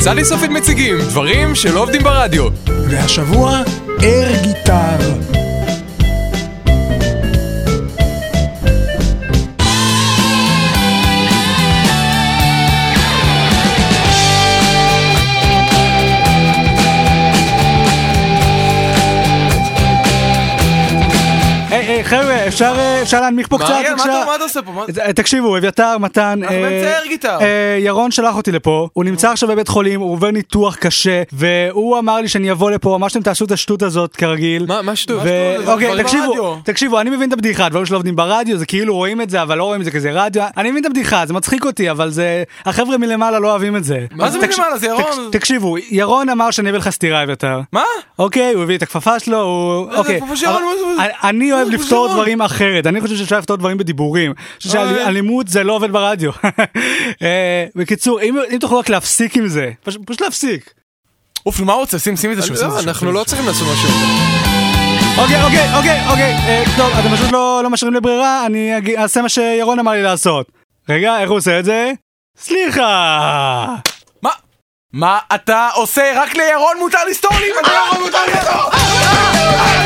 סלי סופית מציגים דברים שלא עובדים ברדיו. והשבוע, אר גיטר. חבר'ה, אפשר להנמיך פה קצת? מה אתה עושה פה? תקשיבו, אביתר, מתן, אנחנו באמצע אר גיטר. ירון שלח אותי לפה, הוא נמצא עכשיו בבית חולים, הוא עובר ניתוח קשה, והוא אמר לי שאני אבוא לפה, מה שאתם תעשו את השטות הזאת כרגיל. מה שטות? אוקיי, תקשיבו, אני מבין את הבדיחה, דברים שלא עובדים ברדיו, זה כאילו רואים את זה, אבל לא רואים את זה כזה רדיו. אני מבין את הבדיחה, זה מצחיק אותי, אבל זה, החבר'ה מלמעלה לא אוהבים את זה. מה זה מלמעלה? זה ירון. תקשיבו, ירון אמר שאני אביא לך סתירה, אביתר. מה? אוקיי, הוא הביא את הכפפה שלו, אוקיי. אני אוהב לפתור דברים אחרת. אני חושב שאפשר לפתור דברים בדיבורים. אני חושב שאלימות זה לא עובד ברדיו. בקיצור, אם תוכלו רק להפסיק עם זה, פשוט להפסיק. אוף, מה רוצה? שים את זה. אנחנו לא צריכים לעשות משהו. אוקיי. טוב, אתם פשוט לא משאירים לברירה, אני אעשה מה שירון אמר לי לעשות. רגע, איך הוא עושה את זה? סליחה! מה אתה עושה? רק לירון מותר לסתור לי!